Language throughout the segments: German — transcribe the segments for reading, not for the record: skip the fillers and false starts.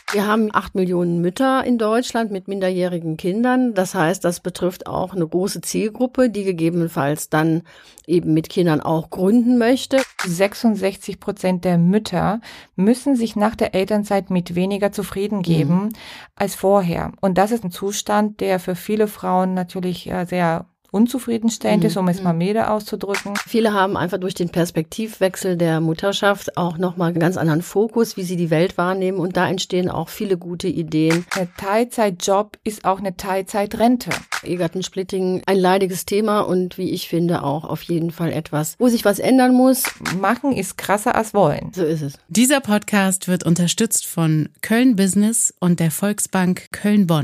Wir haben 8 Millionen Mütter in Deutschland mit minderjährigen Kindern. Das heißt, das betrifft auch eine große Zielgruppe, die gegebenenfalls dann eben mit Kindern auch gründen möchte. 66% der Mütter müssen sich nach der Elternzeit mit weniger zufrieden geben als vorher. Und das ist ein Zustand, der für viele Frauen natürlich sehr unzufriedenstellend ist, um es mal milde auszudrücken. Viele haben einfach durch den Perspektivwechsel der Mutterschaft auch nochmal einen ganz anderen Fokus, wie sie die Welt wahrnehmen. Und da entstehen auch viele gute Ideen. Ein Teilzeitjob ist auch eine Teilzeitrente. Ehegattensplitting, ein leidiges Thema und wie ich finde auch auf jeden Fall etwas, wo sich was ändern muss. Machen ist krasser als wollen. So ist es. Dieser Podcast wird unterstützt von Köln Business und der Volksbank Köln-Bonn.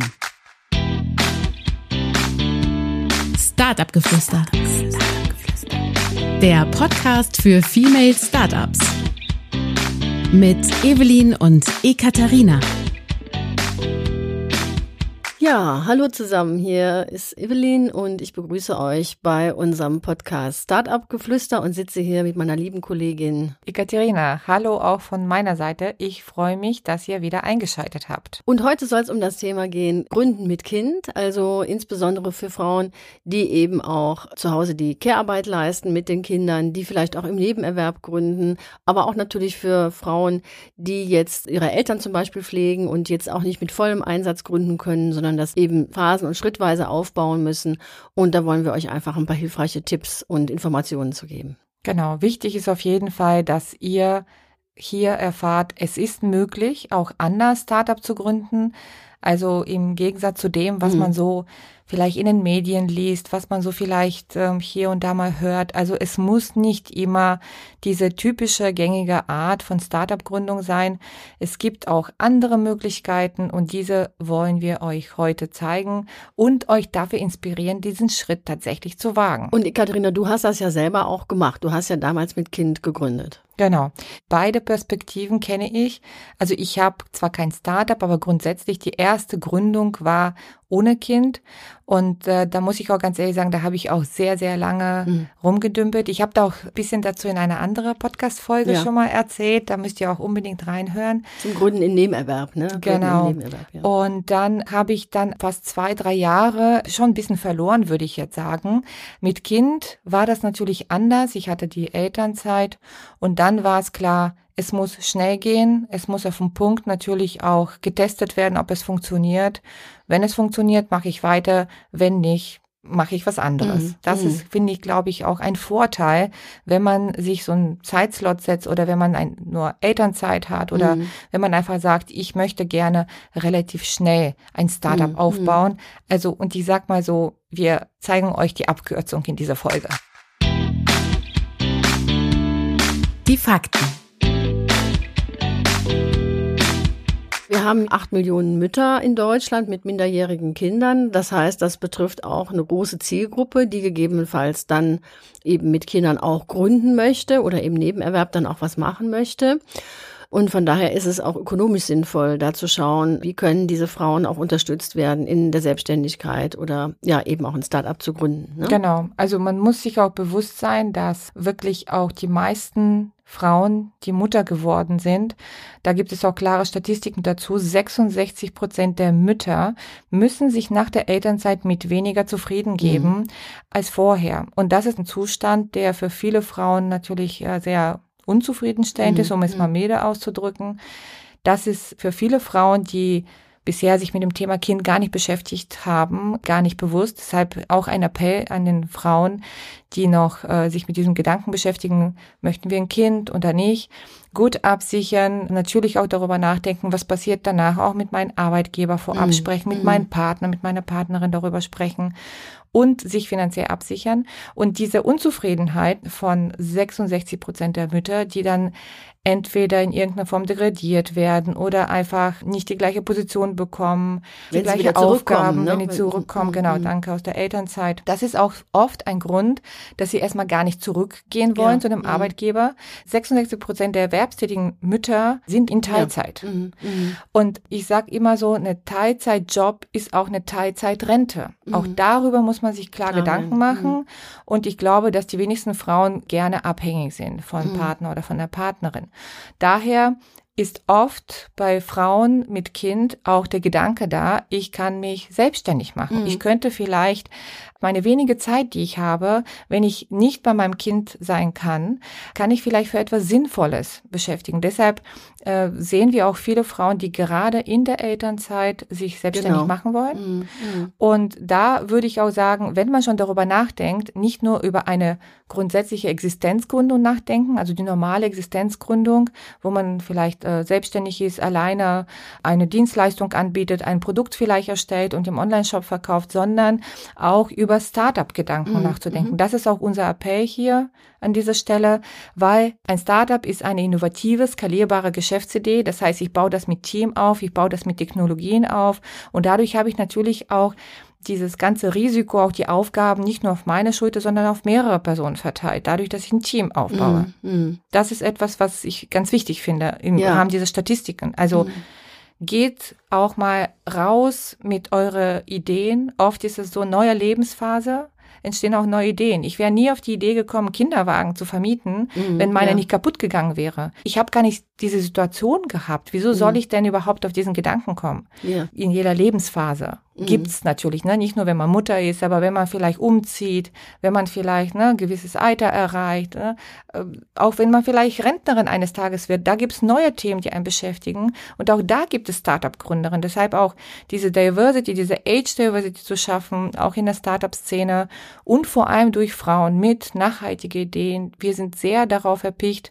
Startup-Geflüster. Der Podcast für Female Startups. Mit Evelyn und Ekaterina. Ja, hallo zusammen, hier ist Evelyn und ich begrüße euch bei unserem Podcast Startup-Geflüster und sitze hier mit meiner lieben Kollegin Ekaterina, hallo auch von meiner Seite. Ich freue mich, dass ihr wieder eingeschaltet habt. Und heute soll es um das Thema gehen, Gründen mit Kind, also insbesondere für Frauen, die eben auch zu Hause die Care-Arbeit leisten mit den Kindern, die vielleicht auch im Nebenerwerb gründen, aber auch natürlich für Frauen, die jetzt ihre Eltern zum Beispiel pflegen und jetzt auch nicht mit vollem Einsatz gründen können, sondern das eben phasen- und schrittweise aufbauen müssen. Und da wollen wir euch einfach ein paar hilfreiche Tipps und Informationen zu geben. Genau, wichtig ist auf jeden Fall, dass ihr hier erfahrt, es ist möglich, auch anders Startup zu gründen. Also im Gegensatz zu dem, was man so vielleicht in den Medien liest, was man so vielleicht hier und da mal hört. Also es muss nicht immer diese typische gängige Art von Startup-Gründung sein. Es gibt auch andere Möglichkeiten und diese wollen wir euch heute zeigen und euch dafür inspirieren, diesen Schritt tatsächlich zu wagen. Und Ekaterina, du hast das ja selber auch gemacht. Du hast ja damals mit Kind gegründet. Genau. Beide Perspektiven kenne ich. Also ich habe zwar kein Startup, aber grundsätzlich die erste Gründung war ohne Kind. Und da muss ich auch ganz ehrlich sagen, da habe ich auch sehr, sehr lange rumgedümpelt. Ich habe da auch ein bisschen dazu in einer anderen Podcast-Folge schon mal erzählt. Da müsst ihr auch unbedingt reinhören. Zum Gründen in Nebenerwerb, ne? Genau. Nebenerwerb, ja. Und dann habe ich dann fast 2-3 Jahre schon ein bisschen verloren, würde ich jetzt sagen. Mit Kind war das natürlich anders. Ich hatte die Elternzeit und dann war es klar, es muss schnell gehen, es muss auf den Punkt natürlich auch getestet werden, ob es funktioniert. Wenn es funktioniert, mache ich weiter, wenn nicht, mache ich was anderes. Das ist, finde ich, glaube ich, auch ein Vorteil, wenn man sich so einen Zeitslot setzt oder wenn man nur Elternzeit hat oder wenn man einfach sagt, ich möchte gerne relativ schnell ein Startup aufbauen. Also, und ich sag mal so, wir zeigen euch die Abkürzung in dieser Folge. Die Fakten. Wir haben 8 Millionen Mütter in Deutschland mit minderjährigen Kindern. Das heißt, das betrifft auch eine große Zielgruppe, die gegebenenfalls dann eben mit Kindern auch gründen möchte oder im Nebenerwerb dann auch was machen möchte. Und von daher ist es auch ökonomisch sinnvoll, da zu schauen, wie können diese Frauen auch unterstützt werden in der Selbstständigkeit oder ja eben auch ein Start-up zu gründen. Ne? Genau, also man muss sich auch bewusst sein, dass wirklich auch die meisten Frauen, die Mutter geworden sind, da gibt es auch klare Statistiken dazu, 66% der Mütter müssen sich nach der Elternzeit mit weniger zufrieden geben als vorher. Und das ist ein Zustand, der für viele Frauen natürlich sehr unzufriedenstellend ist, um es mal milde auszudrücken. Das ist für viele Frauen, die bisher sich mit dem Thema Kind gar nicht beschäftigt haben, gar nicht bewusst. Deshalb auch ein Appell an den Frauen, die noch sich mit diesem Gedanken beschäftigen, möchten wir ein Kind oder nicht, gut absichern, natürlich auch darüber nachdenken, was passiert danach, auch mit meinem Arbeitgeber vorab sprechen, mit meinem Partner, mit meiner Partnerin darüber sprechen und sich finanziell absichern. Und diese Unzufriedenheit von 66% der Mütter, die dann entweder in irgendeiner Form degradiert werden oder einfach nicht die gleiche Position bekommen, die gleiche Aufgaben, wenn die zurückkommen, genau, danke, aus der Elternzeit. Das ist auch oft ein Grund, dass sie erstmal gar nicht zurückgehen wollen zu dem Arbeitgeber. 66% der erwerbstätigen Mütter sind in Teilzeit. Und ich sage immer so, eine Teilzeitjob ist auch eine Teilzeitrente. Auch darüber muss man sich klar Gedanken machen. Und ich glaube, dass die wenigsten Frauen gerne abhängig sind von Partner oder von der Partnerin. Daher ist oft bei Frauen mit Kind auch der Gedanke da, ich kann mich selbstständig machen. Ich könnte vielleicht meine wenige Zeit, die ich habe, wenn ich nicht bei meinem Kind sein kann ich vielleicht für etwas Sinnvolles beschäftigen. Deshalb sehen wir auch viele Frauen, die gerade in der Elternzeit sich selbstständig machen wollen. Und da würde ich auch sagen, wenn man schon darüber nachdenkt, nicht nur über eine grundsätzliche Existenzgründung nachdenken, also die normale Existenzgründung, wo man vielleicht selbstständig ist, alleine eine Dienstleistung anbietet, ein Produkt vielleicht erstellt und im Onlineshop verkauft, sondern auch über Startup-Gedanken nachzudenken. Das ist auch unser Appell hier an dieser Stelle, weil ein Startup ist eine innovative, skalierbare Geschäftsidee. Das heißt, ich baue das mit Team auf, ich baue das mit Technologien auf und dadurch habe ich natürlich auch dieses ganze Risiko, auch die Aufgaben nicht nur auf meine Schulter, sondern auf mehrere Personen verteilt, dadurch, dass ich ein Team aufbaue. Das ist etwas, was ich ganz wichtig finde im Rahmen dieser Statistiken. Also geht auch mal raus mit euren Ideen. Oft ist es so eine neue Lebensphase, entstehen auch neue Ideen. Ich wäre nie auf die Idee gekommen, Kinderwagen zu vermieten, wenn meine nicht kaputt gegangen wäre. Ich habe gar nicht diese Situation gehabt. Wieso soll ich denn überhaupt auf diesen Gedanken kommen? In jeder Lebensphase gibt's natürlich, ne? Nicht nur, wenn man Mutter ist, aber wenn man vielleicht umzieht, wenn man vielleicht ein gewisses Alter erreicht, ne? Auch wenn man vielleicht Rentnerin eines Tages wird, da gibt's neue Themen, die einen beschäftigen. Und auch da gibt es Startup-Gründerinnen. Deshalb auch diese Diversity, diese Age-Diversity zu schaffen, auch in der Startup-Szene und vor allem durch Frauen mit nachhaltigen Ideen. Wir sind sehr darauf erpicht,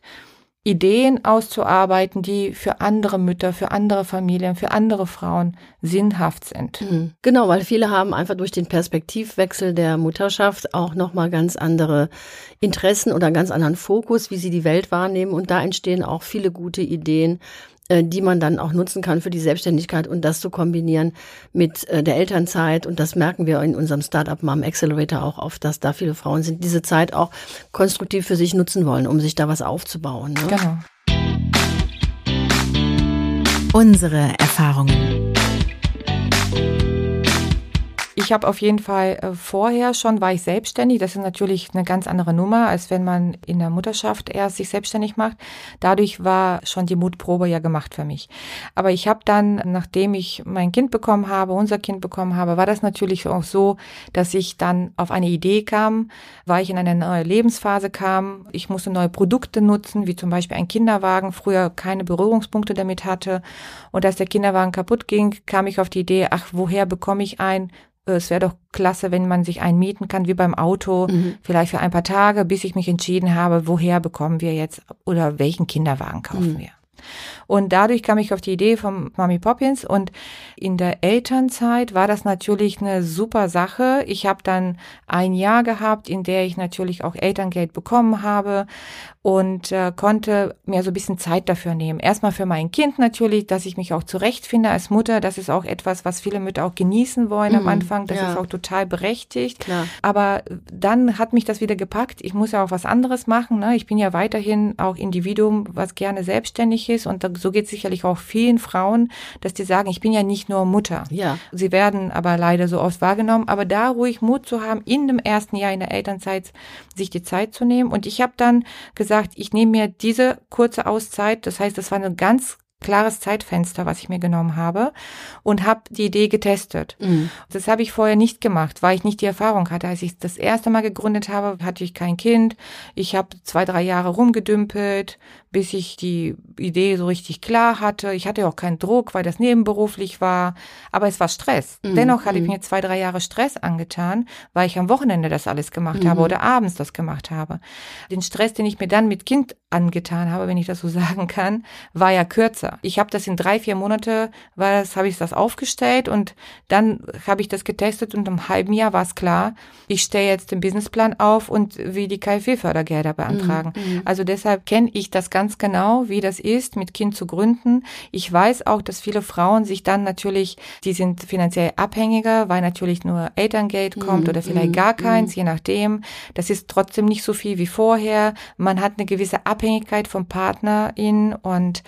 Ideen auszuarbeiten, die für andere Mütter, für andere Familien, für andere Frauen sinnhaft sind. Genau, weil viele haben einfach durch den Perspektivwechsel der Mutterschaft auch nochmal ganz andere Interessen oder ganz anderen Fokus, wie sie die Welt wahrnehmen. Und da entstehen auch viele gute Ideen, die man dann auch nutzen kann für die Selbstständigkeit und das zu kombinieren mit der Elternzeit. Und das merken wir in unserem Startup Mom Accelerator auch oft, dass da viele Frauen sind, diese Zeit auch konstruktiv für sich nutzen wollen, um sich da was aufzubauen. Ne? Genau. Unsere Erfahrungen. Ich habe auf jeden Fall vorher schon, war ich selbstständig. Das ist natürlich eine ganz andere Nummer, als wenn man in der Mutterschaft erst sich selbstständig macht. Dadurch war schon die Mutprobe ja gemacht für mich. Aber ich habe dann, nachdem ich mein Kind bekommen habe, unser Kind bekommen habe, war das natürlich auch so, dass ich dann auf eine Idee kam, weil ich in eine neue Lebensphase kam. Ich musste neue Produkte nutzen, wie zum Beispiel ein Kinderwagen, früher keine Berührungspunkte damit hatte. Und als der Kinderwagen kaputt ging, kam ich auf die Idee, ach, woher bekomme ich einen? Es wäre doch klasse, wenn man sich einen mieten kann, wie beim Auto, vielleicht für ein paar Tage, bis ich mich entschieden habe, woher bekommen wir jetzt oder welchen Kinderwagen kaufen wir. Und dadurch kam ich auf die Idee von Mami Poppins und in der Elternzeit war das natürlich eine super Sache. Ich habe dann ein Jahr gehabt, in der ich natürlich auch Elterngeld bekommen habe und konnte mir so ein bisschen Zeit dafür nehmen. Erstmal für mein Kind natürlich, dass ich mich auch zurechtfinde als Mutter. Das ist auch etwas, was viele Mütter auch genießen wollen am Anfang. Das ist auch total berechtigt. Klar. Aber dann hat mich das wieder gepackt. Ich muss ja auch was anderes machen. Ne? Ich bin ja weiterhin auch Individuum, was gerne selbstständig ist. Und so geht es sicherlich auch vielen Frauen, dass die sagen, ich bin ja nicht nur Mutter. Ja. Sie werden aber leider so oft wahrgenommen. Aber da ruhig Mut zu haben, in dem ersten Jahr in der Elternzeit sich die Zeit zu nehmen. Und ich habe dann gesagt, ich nehme mir diese kurze Auszeit, das heißt, das war ein ganz klares Zeitfenster, was ich mir genommen habe und habe die Idee getestet. Das habe ich vorher nicht gemacht, weil ich nicht die Erfahrung hatte. Als ich das erste Mal gegründet habe, hatte ich kein Kind. Ich habe 2-3 Jahre rumgedümpelt, bis ich die Idee so richtig klar hatte. Ich hatte auch keinen Druck, weil das nebenberuflich war, aber es war Stress. Dennoch hatte ich mir 2-3 Jahre Stress angetan, weil ich am Wochenende das alles gemacht habe oder abends das gemacht habe. Den Stress, den ich mir dann mit Kind angetan habe, wenn ich das so sagen kann, war ja kürzer. Ich habe das in 3-4 Monate, habe ich das aufgestellt und dann habe ich das getestet und im halben Jahr war es klar, ich stelle jetzt den Businessplan auf und will die KfW-Fördergelder beantragen. Also deshalb kenne ich das ganz genau, wie das ist, mit Kind zu gründen. Ich weiß auch, dass viele Frauen sich dann natürlich, die sind finanziell abhängiger, weil natürlich nur Elterngeld kommt oder vielleicht gar keins, je nachdem. Das ist trotzdem nicht so viel wie vorher. Man hat eine gewisse Abhängigkeit Abhängigkeit vom Partnerin und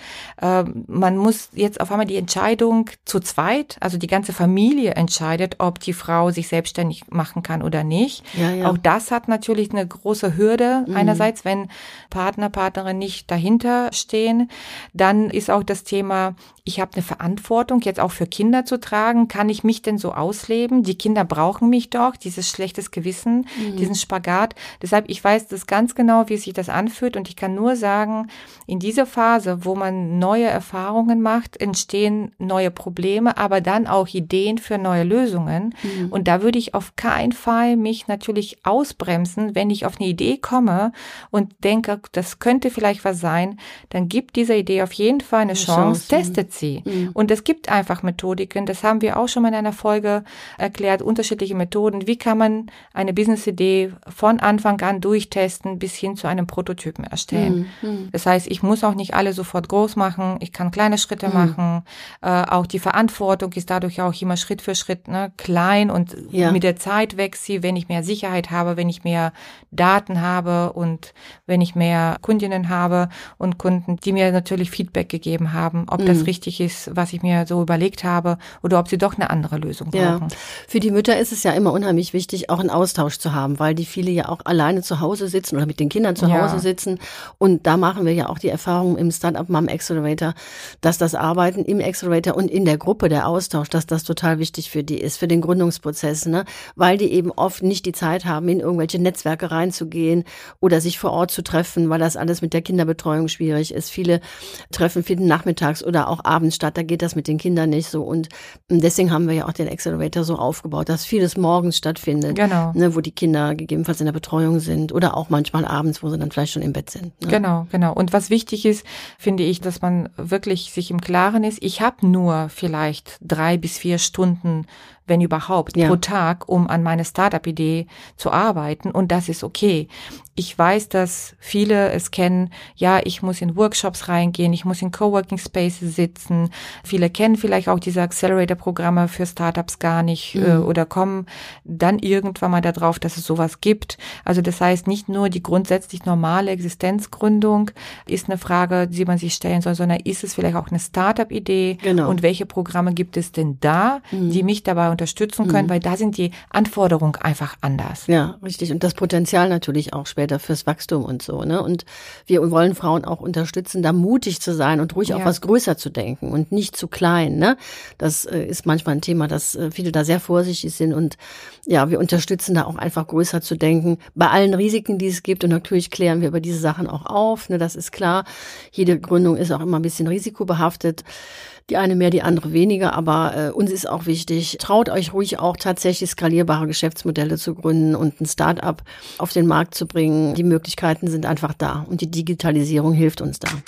man muss jetzt auf einmal die Entscheidung zu zweit, also die ganze Familie entscheidet, ob die Frau sich selbstständig machen kann oder nicht. Ja. Auch das hat natürlich eine große Hürde. Einerseits, wenn Partner, Partnerin nicht dahinter stehen, dann ist auch das Thema, ich habe eine Verantwortung, jetzt auch für Kinder zu tragen. Kann ich mich denn so ausleben? Die Kinder brauchen mich doch, dieses schlechtes Gewissen, diesen Spagat. Deshalb, ich weiß das ganz genau, wie sich das anfühlt und ich kann nur sagen, in dieser Phase, wo man neue Erfahrungen macht, entstehen neue Probleme, aber dann auch Ideen für neue Lösungen. Und da würde ich auf keinen Fall mich natürlich ausbremsen, wenn ich auf eine Idee komme und denke, das könnte vielleicht was sein, dann gibt dieser Idee auf jeden Fall eine Chance, testet sie. Und es gibt einfach Methodiken, das haben wir auch schon mal in einer Folge erklärt, unterschiedliche Methoden. Wie kann man eine Business-Idee von Anfang an durchtesten bis hin zu einem Prototypen erstellen? Das heißt, ich muss auch nicht alle sofort groß machen, ich kann kleine Schritte machen. Auch die Verantwortung ist dadurch auch immer Schritt für Schritt klein und mit der Zeit wächst sie, wenn ich mehr Sicherheit habe, wenn ich mehr Daten habe und wenn ich mehr Kundinnen habe und Kunden, die mir natürlich Feedback gegeben haben, ob das richtig ist, was ich mir so überlegt habe oder ob sie doch eine andere Lösung brauchen. Für die Mütter ist es ja immer unheimlich wichtig, auch einen Austausch zu haben, weil die viele ja auch alleine zu Hause sitzen oder mit den Kindern zu Hause sitzen. Und da machen wir ja auch die Erfahrung im Startup Mom Accelerator, dass das Arbeiten im Accelerator und in der Gruppe, der Austausch, dass das total wichtig für die ist, für den Gründungsprozess, weil die eben oft nicht die Zeit haben, in irgendwelche Netzwerke reinzugehen oder sich vor Ort zu treffen, weil das alles mit der Kinderbetreuung schwierig ist. Viele Treffen finden nachmittags oder auch abends statt, da geht das mit den Kindern nicht so. Und deswegen haben wir ja auch den Accelerator so aufgebaut, dass vieles morgens stattfindet, wo die Kinder gegebenenfalls in der Betreuung sind oder auch manchmal abends, wo sie dann vielleicht schon im Bett sind. Genau. Und was wichtig ist, finde ich, dass man wirklich sich im Klaren ist, ich habe nur vielleicht 3 bis 4 Stunden, wenn überhaupt, pro Tag, um an meine Startup-Idee zu arbeiten. Und das ist okay. Ich weiß, dass viele es kennen, ich muss in Workshops reingehen, ich muss in Coworking Spaces sitzen. Viele kennen vielleicht auch diese Accelerator-Programme für Startups gar nicht oder kommen dann irgendwann mal darauf, dass es sowas gibt. Also das heißt, nicht nur die grundsätzlich normale Existenzgründung ist eine Frage, die man sich stellen soll, sondern ist es vielleicht auch eine Startup-Idee und welche Programme gibt es denn da, die mich dabei unterstützen können, weil da sind die Anforderungen einfach anders. Ja, richtig. Und das Potenzial natürlich auch später fürs Wachstum und so. Und wir wollen Frauen auch unterstützen, da mutig zu sein und ruhig auch was größer zu denken und nicht zu klein. Das ist manchmal ein Thema, dass viele da sehr vorsichtig sind und wir unterstützen da auch einfach größer zu denken, bei allen Risiken, die es gibt und natürlich klären wir über diese Sachen auch auf. Das ist klar. Jede Gründung ist auch immer ein bisschen risikobehaftet. Die eine mehr, die andere weniger, aber uns ist auch wichtig, traut euch ruhig auch tatsächlich skalierbare Geschäftsmodelle zu gründen und ein Start-up auf den Markt zu bringen. Die Möglichkeiten sind einfach da und die Digitalisierung hilft uns da.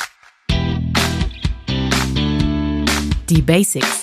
Die Basics.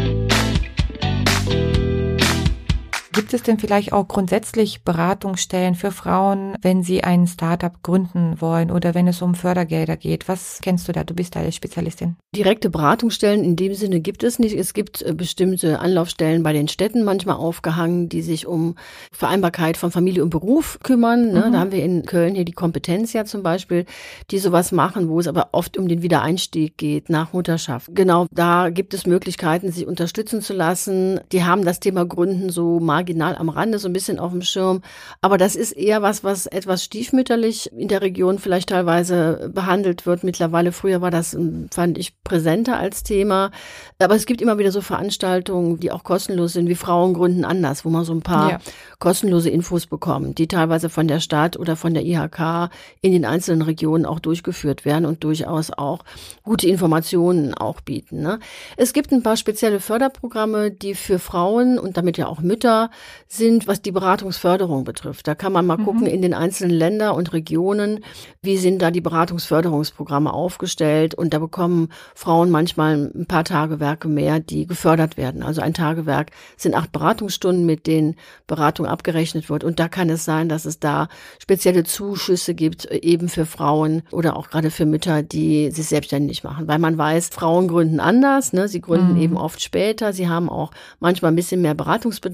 Gibt es denn vielleicht auch grundsätzlich Beratungsstellen für Frauen, wenn sie ein Startup gründen wollen oder wenn es um Fördergelder geht? Was kennst du da? Du bist da die Spezialistin. Direkte Beratungsstellen in dem Sinne gibt es nicht. Es gibt bestimmte Anlaufstellen bei den Städten manchmal aufgehangen, die sich um Vereinbarkeit von Familie und Beruf kümmern. Da haben wir in Köln hier die Kompetenz zum Beispiel, die sowas machen, wo es aber oft um den Wiedereinstieg geht nach Mutterschaft. Genau, da gibt es Möglichkeiten, sich unterstützen zu lassen. Die haben das Thema Gründen so marginal am Rande, so ein bisschen auf dem Schirm. Aber das ist eher was etwas stiefmütterlich in der Region vielleicht teilweise behandelt wird. Mittlerweile, früher war das, fand ich, präsenter als Thema. Aber es gibt immer wieder so Veranstaltungen, die auch kostenlos sind, wie Frauen gründen anders, wo man so ein paar kostenlose Infos bekommt, die teilweise von der Stadt oder von der IHK in den einzelnen Regionen auch durchgeführt werden und durchaus auch gute Informationen auch bieten. Es gibt ein paar spezielle Förderprogramme, die für Frauen und damit ja auch Mütter sind, was die Beratungsförderung betrifft. Da kann man mal gucken in den einzelnen Ländern und Regionen, wie sind da die Beratungsförderungsprogramme aufgestellt, und da bekommen Frauen manchmal ein paar Tagewerke mehr, die gefördert werden. Also ein Tagewerk sind 8 Beratungsstunden, mit denen Beratung abgerechnet wird, und da kann es sein, dass es da spezielle Zuschüsse gibt, eben für Frauen oder auch gerade für Mütter, die sich selbstständig machen, weil man weiß, Frauen gründen anders, sie gründen eben oft später, sie haben auch manchmal ein bisschen mehr Beratungsbedarf, weil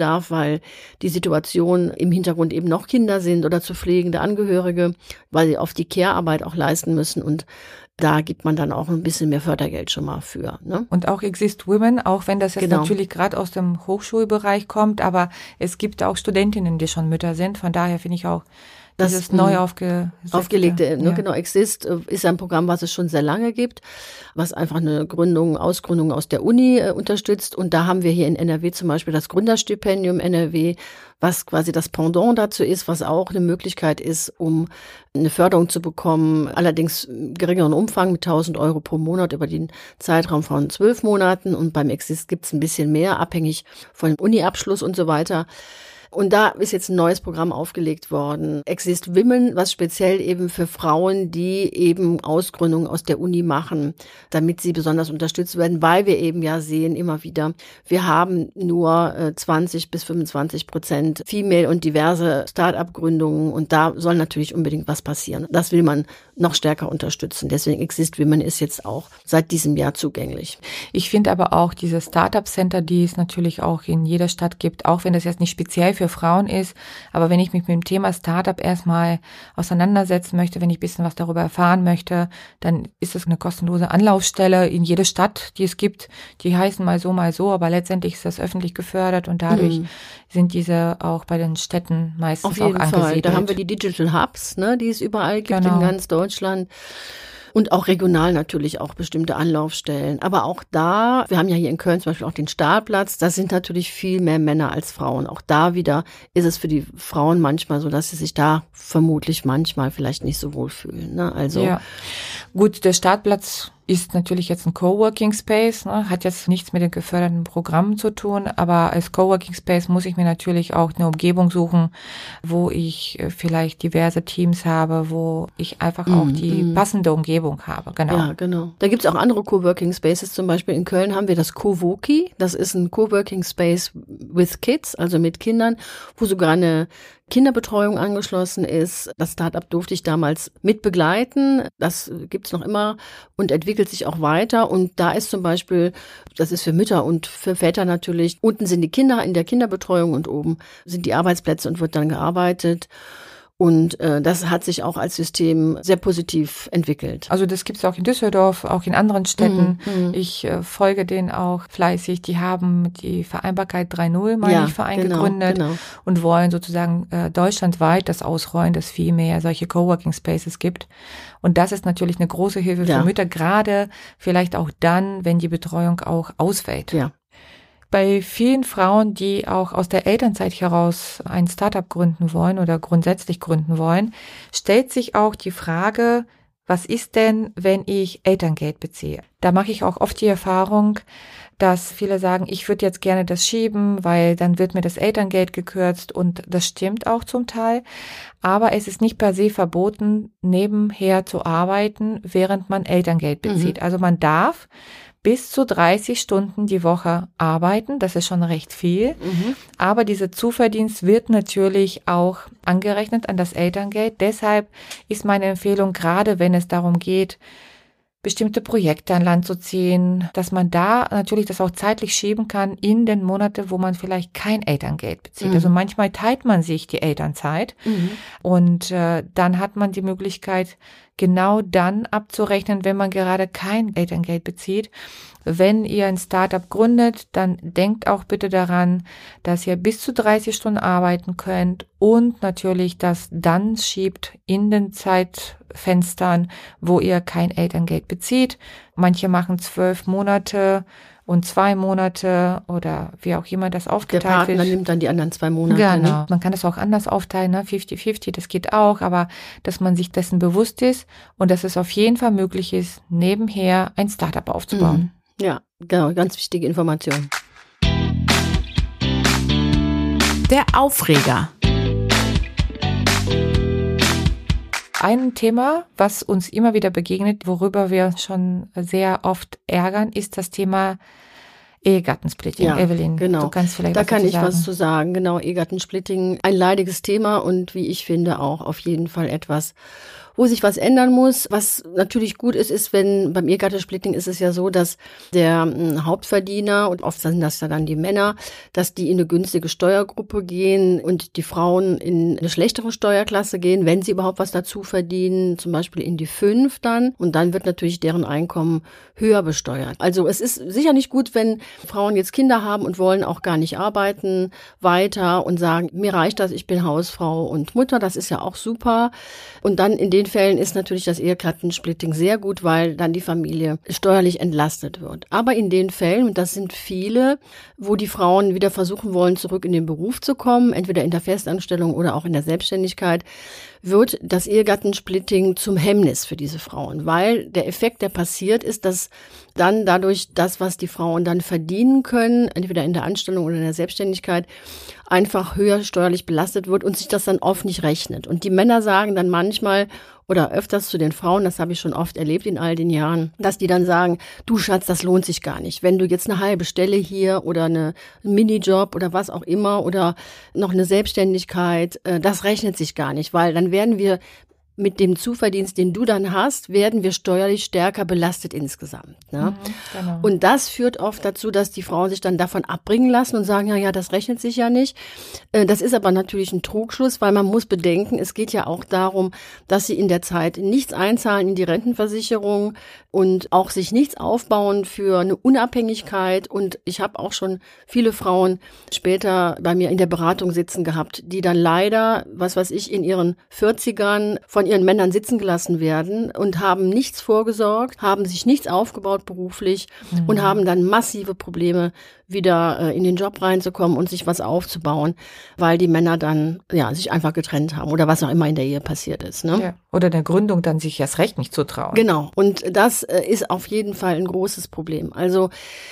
weil die Situation im Hintergrund eben noch Kinder sind oder zu pflegende Angehörige, weil sie oft die Care-Arbeit auch leisten müssen und da gibt man dann auch ein bisschen mehr Fördergeld schon mal für. Ne? Und auch Exist Women, auch wenn das jetzt natürlich gerade aus dem Hochschulbereich kommt, aber es gibt auch Studentinnen, die schon Mütter sind. Von daher finde ich auch dieses neu aufgelegte, genau, Exist ist ein Programm, was es schon sehr lange gibt, was einfach eine Ausgründung aus der Uni unterstützt. Und da haben wir hier in NRW zum Beispiel das Gründerstipendium NRW, was quasi das Pendant dazu ist, was auch eine Möglichkeit ist, um eine Förderung zu bekommen, allerdings im geringeren Umfang mit 1.000 Euro pro Monat über den Zeitraum von 12 Monaten. Und beim Exist gibt es ein bisschen mehr, abhängig von Uni-Abschluss und so weiter. Und da ist jetzt ein neues Programm aufgelegt worden, Exist Women, was speziell eben für Frauen, die eben Ausgründungen aus der Uni machen, damit sie besonders unterstützt werden, weil wir eben ja sehen immer wieder, wir haben nur 20-25% Female und diverse Start-up-Gründungen und da soll natürlich unbedingt was passieren. Das will man noch stärker unterstützen. Deswegen Exist Women ist jetzt auch seit diesem Jahr zugänglich. Ich finde aber auch diese Start-up-Center, die es natürlich auch in jeder Stadt gibt, auch wenn das jetzt nicht speziell für Frauen ist, aber wenn ich mich mit dem Thema Startup erstmal auseinandersetzen möchte, wenn ich ein bisschen was darüber erfahren möchte, dann ist es eine kostenlose Anlaufstelle in jede Stadt, die es gibt. Die heißen mal so, aber letztendlich ist das öffentlich gefördert und dadurch sind diese auch bei den Städten meistens auch angesiedelt. Auf jeden Fall. Da haben wir die Digital Hubs, ne, die es überall gibt in ganz Deutschland. Und auch regional natürlich auch bestimmte Anlaufstellen. Aber auch da, wir haben ja hier in Köln zum Beispiel auch den Startplatz, da sind natürlich viel mehr Männer als Frauen. Auch da wieder ist es für die Frauen manchmal so, dass sie sich da vermutlich manchmal vielleicht nicht so wohl fühlen. Ne? Also ja. Gut, der Startplatz ist natürlich jetzt ein Coworking Space, ne? Hat jetzt nichts mit den geförderten Programmen zu tun, aber als Coworking Space muss ich mir natürlich auch eine Umgebung suchen, wo ich vielleicht diverse Teams habe, wo ich einfach auch die passende Umgebung habe. Genau. Ja, genau. Da gibt's auch andere Coworking Spaces, zum Beispiel in Köln haben wir das Covoki, das ist ein Coworking Space with Kids, also mit Kindern, wo sogar eine Kinderbetreuung angeschlossen ist. Das Startup durfte ich damals mit begleiten. Das gibt's noch immer und entwickelt sich auch weiter. Und da ist zum Beispiel, das ist für Mütter und für Väter natürlich, unten sind die Kinder in der Kinderbetreuung und oben sind die Arbeitsplätze und wird dann gearbeitet. Und das hat sich auch als System sehr positiv entwickelt. Also das gibt's auch in Düsseldorf, auch in anderen Städten. Ich folge denen auch fleißig. Die haben die Vereinbarkeit 3.0, meine ich, Verein gegründet und wollen sozusagen deutschlandweit das ausrollen, dass viel mehr solche Coworking Spaces gibt. Und das ist natürlich eine große Hilfe für Mütter, gerade vielleicht auch dann, wenn die Betreuung auch ausfällt. Ja. Bei vielen Frauen, die auch aus der Elternzeit heraus ein Startup gründen wollen oder grundsätzlich gründen wollen, stellt sich auch die Frage, was ist denn, wenn ich Elterngeld beziehe? Da mache ich auch oft die Erfahrung, dass viele sagen, ich würde jetzt gerne das schieben, weil dann wird mir das Elterngeld gekürzt und das stimmt auch zum Teil. Aber es ist nicht per se verboten, nebenher zu arbeiten, während man Elterngeld bezieht. Also man darf bis zu 30 Stunden die Woche arbeiten. Das ist schon recht viel. Aber dieser Zuverdienst wird natürlich auch angerechnet an das Elterngeld. Deshalb ist meine Empfehlung, gerade wenn es darum geht, bestimmte Projekte an Land zu ziehen, dass man da natürlich das auch zeitlich schieben kann in den Monaten, wo man vielleicht kein Elterngeld bezieht. Also manchmal teilt man sich die Elternzeit und dann hat man die Möglichkeit, genau dann abzurechnen, wenn man gerade kein Elterngeld bezieht. Wenn ihr ein Startup gründet, dann denkt auch bitte daran, dass ihr bis zu 30 Stunden arbeiten könnt und natürlich das dann schiebt in den Zeitfenstern, wo ihr kein Elterngeld bezieht. Manche machen 12 Monate und 2 Monate oder wie auch immer das aufgeteilt wird. Der Partner nimmt dann die anderen 2 Monate. Genau. Ne? Man kann das auch anders aufteilen, ne? 50-50, das geht auch, aber dass man sich dessen bewusst ist und dass es auf jeden Fall möglich ist, nebenher ein Startup aufzubauen. Ja, genau, ganz wichtige Information. Der Aufreger. Ein Thema, was uns immer wieder begegnet, worüber wir uns schon sehr oft ärgern, ist das Thema Ehegattensplitting. Ja, Evelyn, genau. Du kannst vielleicht da was kann dazu ich sagen. was zu sagen. Genau, Ehegattensplitting, ein leidiges Thema und wie ich finde auch auf jeden Fall etwas, wo sich was ändern muss. Was natürlich gut ist, wenn beim Ehegattensplitting ist es ja so, dass der Hauptverdiener, und oft sind das ja dann die Männer, dass die in eine günstige Steuergruppe gehen und die Frauen in eine schlechtere Steuerklasse gehen, wenn sie überhaupt was dazu verdienen, zum Beispiel in die 5 dann. Und dann wird natürlich deren Einkommen höher besteuert. Also es ist sicher nicht gut, wenn Frauen jetzt Kinder haben und wollen auch gar nicht arbeiten weiter und sagen, mir reicht das, ich bin Hausfrau und Mutter, das ist ja auch super. Und dann in den Fällen ist natürlich das Ehegattensplitting sehr gut, weil dann die Familie steuerlich entlastet wird. Aber in den Fällen, und das sind viele, wo die Frauen wieder versuchen wollen, zurück in den Beruf zu kommen, entweder in der Festanstellung oder auch in der Selbstständigkeit, wird das Ehegattensplitting zum Hemmnis für diese Frauen, weil der Effekt, der passiert, ist, dass dann dadurch das, was die Frauen dann verdienen können, entweder in der Anstellung oder in der Selbstständigkeit, einfach höher steuerlich belastet wird und sich das dann oft nicht rechnet. Und die Männer sagen dann manchmal oder öfters zu den Frauen, das habe ich schon oft erlebt in all den Jahren, dass die dann sagen, du Schatz, das lohnt sich gar nicht. Wenn du jetzt eine halbe Stelle hier oder einen Minijob oder was auch immer oder noch eine Selbstständigkeit, das rechnet sich gar nicht, weil dann werden wir mit dem Zuverdienst, den du dann hast, werden wir steuerlich stärker belastet insgesamt. Ne? Genau. Und das führt oft dazu, dass die Frauen sich dann davon abbringen lassen und sagen, ja, das rechnet sich ja nicht. Das ist aber natürlich ein Trugschluss, weil man muss bedenken, es geht ja auch darum, dass sie in der Zeit nichts einzahlen in die Rentenversicherung und auch sich nichts aufbauen für eine Unabhängigkeit. Und ich habe auch schon viele Frauen später bei mir in der Beratung sitzen gehabt, die dann leider, in ihren 40ern von ihren Männern sitzen gelassen werden und haben nichts vorgesorgt, haben sich nichts aufgebaut beruflich und haben dann massive Probleme, wieder in den Job reinzukommen und sich was aufzubauen, weil die Männer dann sich einfach getrennt haben oder was auch immer in der Ehe passiert ist. Ne? Ja. Oder der Gründung dann sich erst recht nicht zu trauen. Genau. Und das ist auf jeden Fall ein großes Problem. Also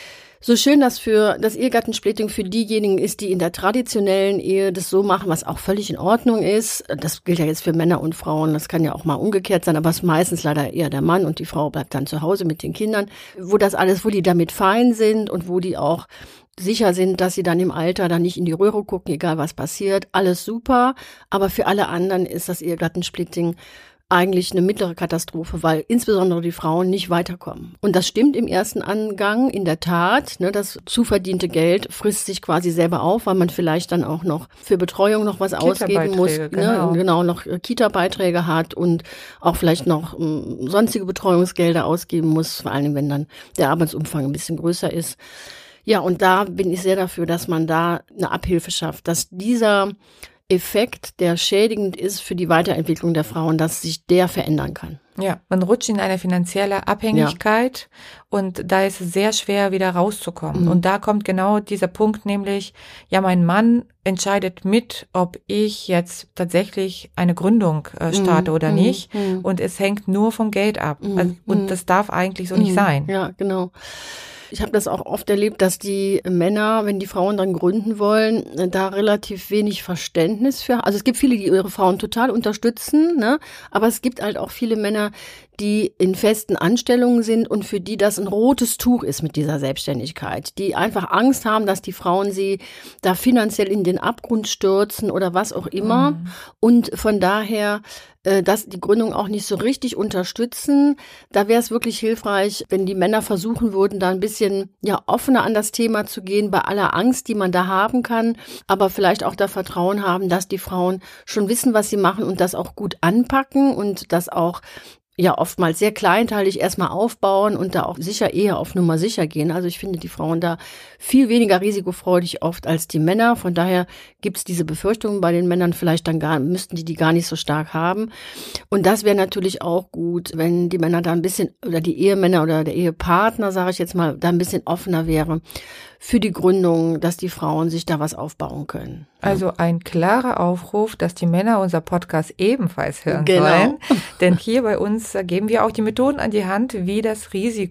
so schön das für das Ehegattensplitting für diejenigen ist, die in der traditionellen Ehe das so machen, was auch völlig in Ordnung ist. Das gilt ja jetzt für Männer und Frauen. Das kann ja auch mal umgekehrt sein, aber es ist meistens leider eher der Mann und die Frau bleibt dann zu Hause mit den Kindern, wo die damit fein sind und wo die auch sicher sind, dass sie dann im Alter dann nicht in die Röhre gucken, egal was passiert. Alles super. Aber für alle anderen ist das Ehegattensplitting eigentlich eine mittlere Katastrophe, weil insbesondere die Frauen nicht weiterkommen. Und das stimmt im ersten Angang in der Tat. Ne, das zuverdiente Geld frisst sich quasi selber auf, weil man vielleicht dann auch noch für Betreuung noch was ausgeben muss. Genau, noch Kita-Beiträge hat und auch vielleicht noch sonstige Betreuungsgelder ausgeben muss, vor allem wenn dann der Arbeitsumfang ein bisschen größer ist. Ja, und da bin ich sehr dafür, dass man da eine Abhilfe schafft, dass dieser Effekt, der schädigend ist für die Weiterentwicklung der Frauen, dass sich der verändern kann. Ja, man rutscht in eine finanzielle Abhängigkeit und da ist es sehr schwer, wieder rauszukommen. Und da kommt genau dieser Punkt, nämlich, mein Mann entscheidet mit, ob ich jetzt tatsächlich eine Gründung starte oder nicht. Und es hängt nur vom Geld ab. Und das darf eigentlich so nicht sein. Ja, genau. Ich habe das auch oft erlebt, dass die Männer, wenn die Frauen dann gründen wollen, da relativ wenig Verständnis für. Also es gibt viele, die ihre Frauen total unterstützen, ne? Aber es gibt halt auch viele Männer, die in festen Anstellungen sind und für die das ein rotes Tuch ist mit dieser Selbstständigkeit, die einfach Angst haben, dass die Frauen sie da finanziell in den Abgrund stürzen oder was auch immer. Und von daher dass die Gründung auch nicht so richtig unterstützen. Da wäre es wirklich hilfreich, wenn die Männer versuchen würden, da ein bisschen offener an das Thema zu gehen, bei aller Angst, die man da haben kann, aber vielleicht auch da Vertrauen haben, dass die Frauen schon wissen, was sie machen und das auch gut anpacken und das auch oftmals sehr kleinteilig erstmal aufbauen und da auch eher auf Nummer sicher gehen. Also ich finde die Frauen da viel weniger risikofreudig oft als die Männer. Von daher gibt es diese Befürchtungen bei den Männern vielleicht müssten die gar nicht so stark haben. Und das wäre natürlich auch gut, wenn die Männer da ein bisschen, oder die Ehemänner oder der Ehepartner, sage ich jetzt mal, da ein bisschen offener wäre für die Gründung, dass die Frauen sich da was aufbauen können. Also ein klarer Aufruf, dass die Männer unser Podcast ebenfalls hören sollen. Denn hier bei uns geben wir auch die Methoden an die Hand, wie das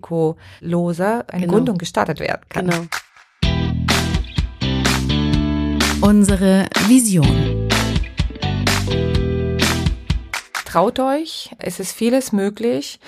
risikoloser eine Gründung gestartet werden kann. Genau. Unsere Vision. Traut euch, es ist vieles möglich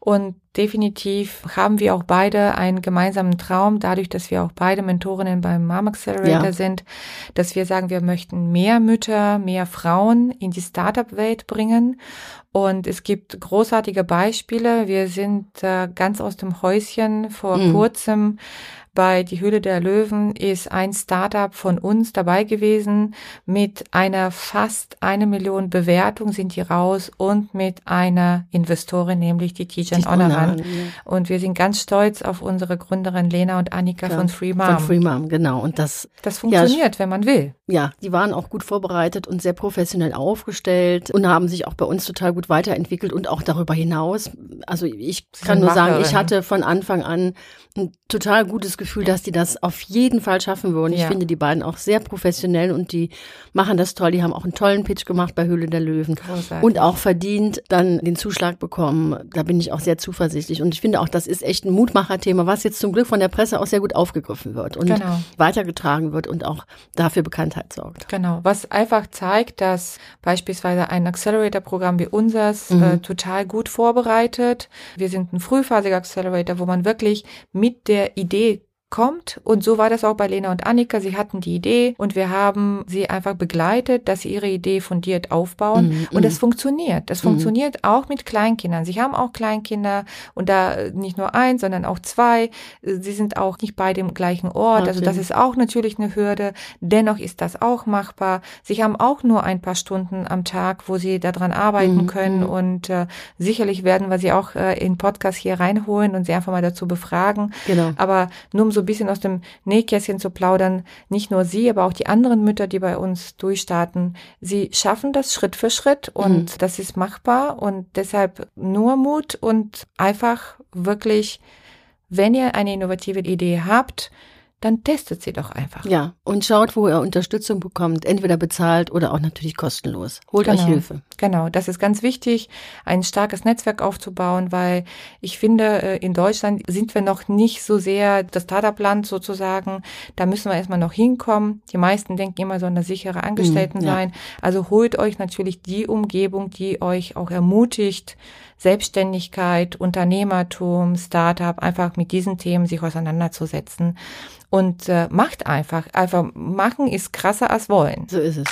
Und definitiv haben wir auch beide einen gemeinsamen Traum, dadurch, dass wir auch beide Mentorinnen beim Mom Accelerator sind, dass wir sagen, wir möchten mehr Mütter, mehr Frauen in die Startup-Welt bringen. Und es gibt großartige Beispiele. Wir sind ganz aus dem Häuschen. Vor kurzem bei Die Höhle der Löwen ist ein Startup von uns dabei gewesen. Mit einer fast 1 Million Bewertung sind die raus und mit einer Investorin, nämlich die Tijan Onaran. Und wir sind ganz stolz auf unsere Gründerin Lena und Annika von Free Mom. Von Free Mom, genau. Und das funktioniert, wenn man will. Ja, die waren auch gut vorbereitet und sehr professionell aufgestellt und haben sich auch bei uns total gut weiterentwickelt und auch darüber hinaus. Also ich kann nur sagen, ich hatte von Anfang an ein total gutes Gefühl, dass die das auf jeden Fall schaffen würden. Ich finde die beiden auch sehr professionell und die machen das toll. Die haben auch einen tollen Pitch gemacht bei Höhle der Löwen. Großartig. Und auch verdient dann den Zuschlag bekommen. Da bin ich auch sehr zuversichtlich. Und ich finde auch, das ist echt ein Mutmacherthema, was jetzt zum Glück von der Presse auch sehr gut aufgegriffen wird und weitergetragen wird und auch dafür Bekanntheit sorgt. Genau, was einfach zeigt, dass beispielsweise ein Accelerator-Programm wie unseres total gut vorbereitet. Wir sind ein frühphasiger Accelerator, wo man wirklich mit der Idee kommt. Und so war das auch bei Lena und Annika. Sie hatten die Idee und wir haben sie einfach begleitet, dass sie ihre Idee fundiert aufbauen. Und das funktioniert. Das funktioniert auch mit Kleinkindern. Sie haben auch Kleinkinder und da nicht nur 1, sondern auch 2. Sie sind auch nicht bei dem gleichen Ort. Okay. Also das ist auch natürlich eine Hürde. Dennoch ist das auch machbar. Sie haben auch nur ein paar Stunden am Tag, wo sie daran arbeiten können. Und sicherlich werden wir sie auch in Podcast hier reinholen und sie einfach mal dazu befragen. Genau. Aber nur um so ein bisschen aus dem Nähkästchen zu plaudern, nicht nur sie, aber auch die anderen Mütter, die bei uns durchstarten, sie schaffen das Schritt für Schritt und das ist machbar und deshalb nur Mut und einfach wirklich, wenn ihr eine innovative Idee habt, dann testet sie doch einfach. Ja, und schaut, wo ihr Unterstützung bekommt, entweder bezahlt oder auch natürlich kostenlos. Holt euch Hilfe. Genau, das ist ganz wichtig, ein starkes Netzwerk aufzubauen, weil ich finde, in Deutschland sind wir noch nicht so sehr das Startup-Land sozusagen. Da müssen wir erstmal noch hinkommen. Die meisten denken immer so an das sichere Angestellten sein. Also holt euch natürlich die Umgebung, die euch auch ermutigt, Selbstständigkeit, Unternehmertum, Startup, einfach mit diesen Themen sich auseinanderzusetzen. Und macht einfach. Einfach machen ist krasser als wollen. So ist es.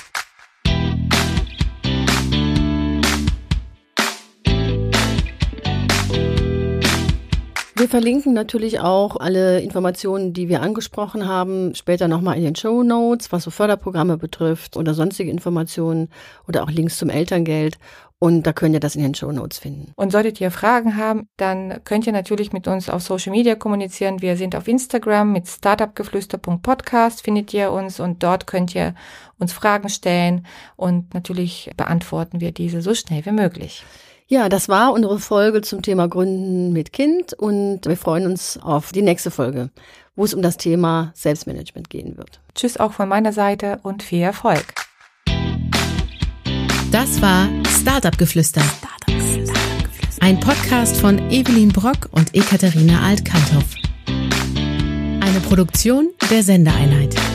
Wir verlinken natürlich auch alle Informationen, die wir angesprochen haben, später nochmal in den Shownotes, was so Förderprogramme betrifft oder sonstige Informationen oder auch Links zum Elterngeld. Und da könnt ihr das in den Shownotes finden. Und solltet ihr Fragen haben, dann könnt ihr natürlich mit uns auf Social Media kommunizieren. Wir sind auf Instagram mit startupgeflüster.podcast findet ihr uns und dort könnt ihr uns Fragen stellen und natürlich beantworten wir diese so schnell wie möglich. Ja, das war unsere Folge zum Thema Gründen mit Kind und wir freuen uns auf die nächste Folge, wo es um das Thema Selbstmanagement gehen wird. Tschüss auch von meiner Seite und viel Erfolg. Das war Startup-Geflüster. Ein Podcast von Evelyn Brock und Ekaterina Alt-Kanthoff. Eine Produktion der Sendeeinheit.